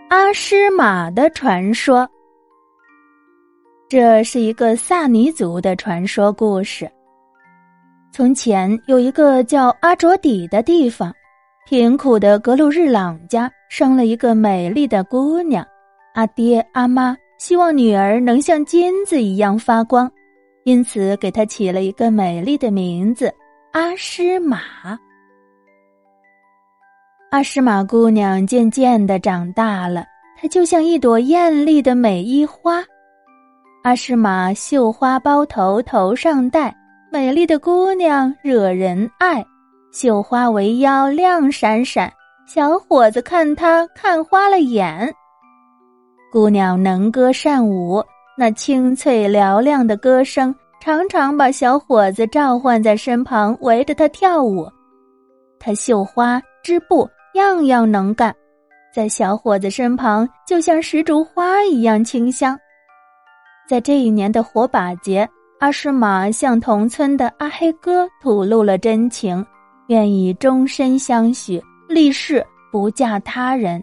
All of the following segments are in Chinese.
阿诗玛的传说。这是一个萨尼族的传说故事。从前有一个叫阿卓底的地方，贫苦的格鲁日朗家生了一个美丽的姑娘，阿爹阿妈希望女儿能像金子一样发光，因此给她起了一个美丽的名字阿诗玛。阿诗玛姑娘渐渐地长大了，她就像一朵艳丽的美衣花。阿诗玛绣花包头，头上戴，美丽的姑娘惹人爱，绣花围腰亮闪闪，小伙子看她看花了眼。姑娘能歌善舞，那清脆嘹亮的歌声常常把小伙子召唤在身旁，围着她跳舞。她绣花织布样样能干，在小伙子身旁就像石竹花一样清香。在这一年的火把节，阿诗玛向同村的阿黑哥吐露了真情，愿意终身相许，立誓不嫁他人。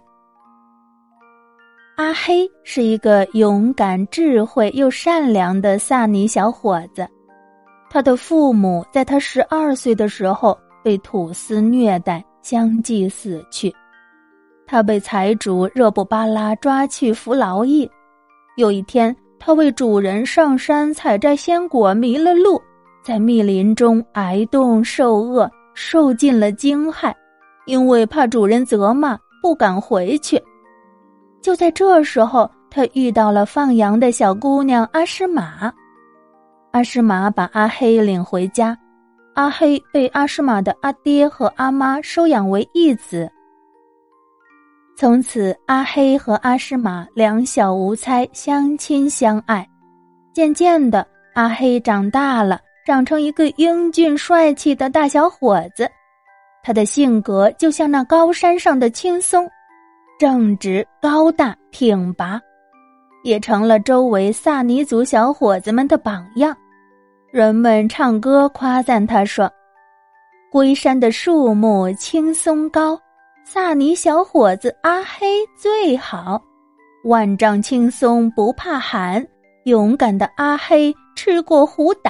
阿黑是一个勇敢、智慧又善良的萨尼小伙子，他的父母在他12岁的时候被土司虐待，相继死去。他被财主热布巴拉抓去服劳役。有一天，他为主人上山采摘鲜果迷了路，在密林中挨冻受饿，受尽了惊骇，因为怕主人责骂，不敢回去。就在这时候，他遇到了放羊的小姑娘阿诗玛。阿诗玛把阿黑领回家，阿黑被阿诗玛的阿爹和阿妈收养为义子。从此，阿黑和阿诗玛两小无猜，相亲相爱。渐渐的，阿黑长大了，长成一个英俊帅气的大小伙子。他的性格就像那高山上的青松，正直、高大、挺拔，也成了周围萨尼族小伙子们的榜样。人们唱歌夸赞他说：“龟山的树木青松高，萨尼小伙子阿黑最好，万丈青松不怕寒，勇敢的阿黑吃过虎胆。”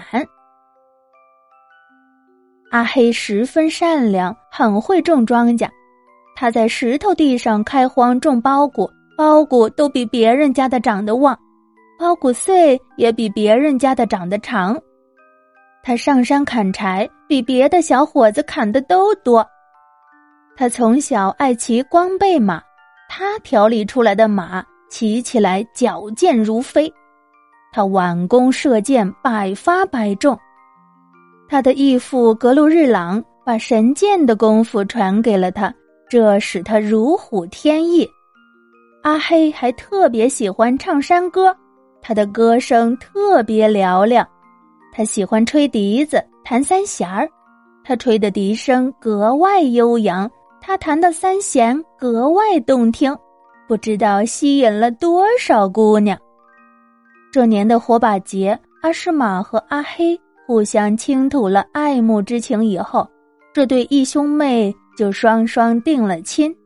阿黑十分善良，很会种庄稼。他在石头地上开荒种苞谷，苞谷都比别人家的长得旺，苞谷穗也比别人家的长得长。他上山砍柴，比别的小伙子砍的都多。他从小爱骑光背马，他调理出来的马骑起来矫健如飞。他挽弓射箭，百发百中。他的义父格鲁日朗把神箭的功夫传给了他，这使他如虎添翼。阿黑还特别喜欢唱山歌，他的歌声特别嘹亮。他喜欢吹笛子，弹三弦儿，他吹的笛声格外悠扬，他弹的三弦格外动听，不知道吸引了多少姑娘。这年的火把节，阿诗玛和阿黑互相倾吐了爱慕之情以后，这对义兄妹就双双定了亲。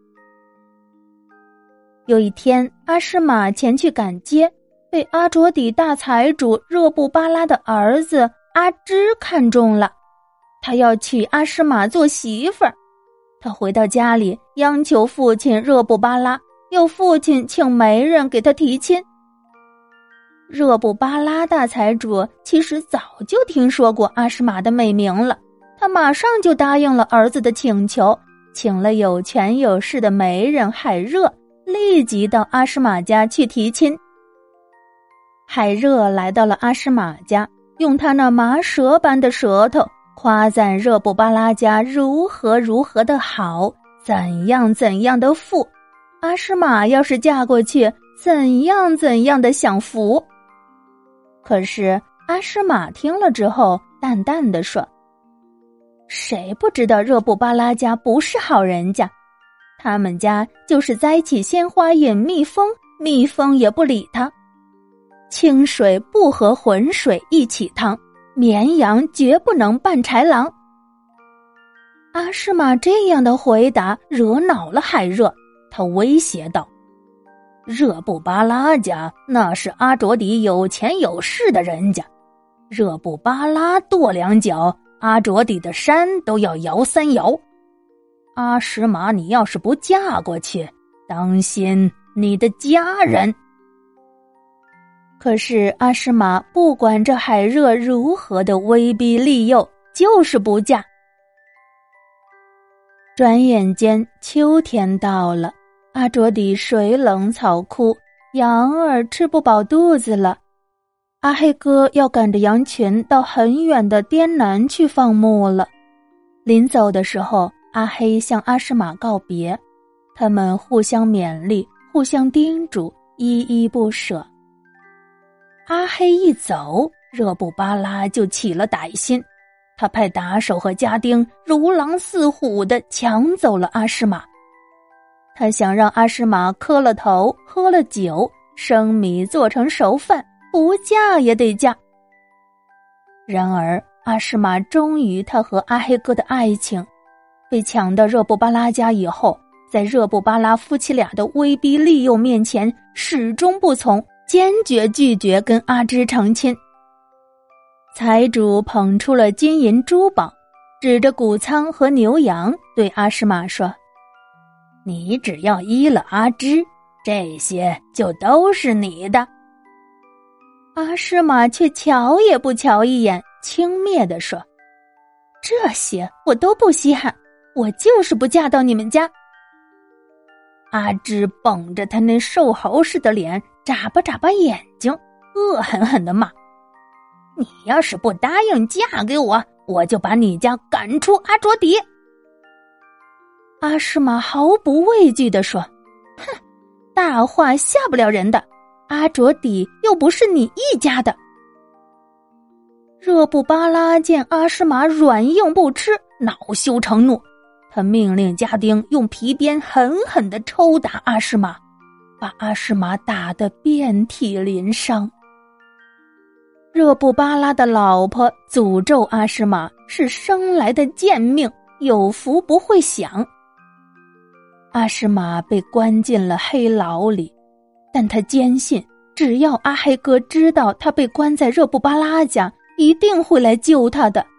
有一天，阿诗玛前去赶街，被阿卓底大财主热布巴拉的儿子阿芝看中了，他要娶阿诗玛做媳妇儿。他回到家里，央求父亲热布巴拉，要父亲请媒人给他提亲。热布巴拉大财主其实早就听说过阿诗玛的美名了，他马上就答应了儿子的请求，请了有权有势的媒人海热，立即到阿诗玛家去提亲。海热来到了阿诗玛家，用他那麻舌般的舌头夸赞热布巴拉家如何如何的好，怎样怎样的富，阿诗玛要是嫁过去，怎样怎样的享福。可是阿诗玛听了之后淡淡地说：“谁不知道热布巴拉家不是好人家？他们家就是栽起鲜花引蜜蜂，蜜蜂也不理他。清水不和浑水一起烫，绵羊绝不能扮豺狼。”阿诗玛这样的回答惹恼了海热，他威胁道：“ 热布巴拉家那是阿卓底有钱有势的人家，热布巴拉跺两脚，阿卓底的山都要摇三摇。阿什玛，你要是不嫁过去，当心你的家人。 可是阿诗玛不管这海热如何的威逼利诱，就是不嫁。转眼间秋天到了，阿卓底水冷草枯，羊儿吃不饱肚子了。阿黑哥要赶着羊群到很远的滇南去放牧了。临走的时候，阿黑向阿诗玛告别，他们互相勉励，互相叮嘱，依依不舍。阿黑一走，热布巴拉就起了歹心，他派打手和家丁如狼似虎地抢走了阿诗玛。他想让阿诗玛磕了头，喝了酒，生米做成熟饭，不嫁也得嫁。然而阿诗玛忠于他和阿黑哥的爱情，被抢到热布巴拉家以后，在热布巴拉夫妻俩的威逼利诱面前始终不从，坚决拒绝跟阿芝成亲。财主捧出了金银珠宝，指着谷仓和牛羊对阿诗玛说：你只要依了阿芝，这些就都是你的。阿诗玛却瞧也不瞧一眼，轻蔑地说：这些我都不稀罕，我就是不嫁到你们家。阿芝绷着他那瘦猴似的脸，眨巴眨巴眼睛，恶狠狠地骂：你要是不答应嫁给我，我就把你家赶出阿卓底。阿诗玛毫不畏惧地说：哼，大话吓不了人的，阿卓底又不是你一家的。热布巴拉见阿诗玛软硬不吃，恼羞成怒，他命令家丁用皮鞭狠狠地抽打阿诗玛，把阿诗玛打得遍体鳞伤。热布巴拉的老婆诅咒阿诗玛是生来的贱命，有福不会享。阿诗玛被关进了黑牢里，但他坚信只要阿黑哥知道他被关在热布巴拉家，一定会来救他的。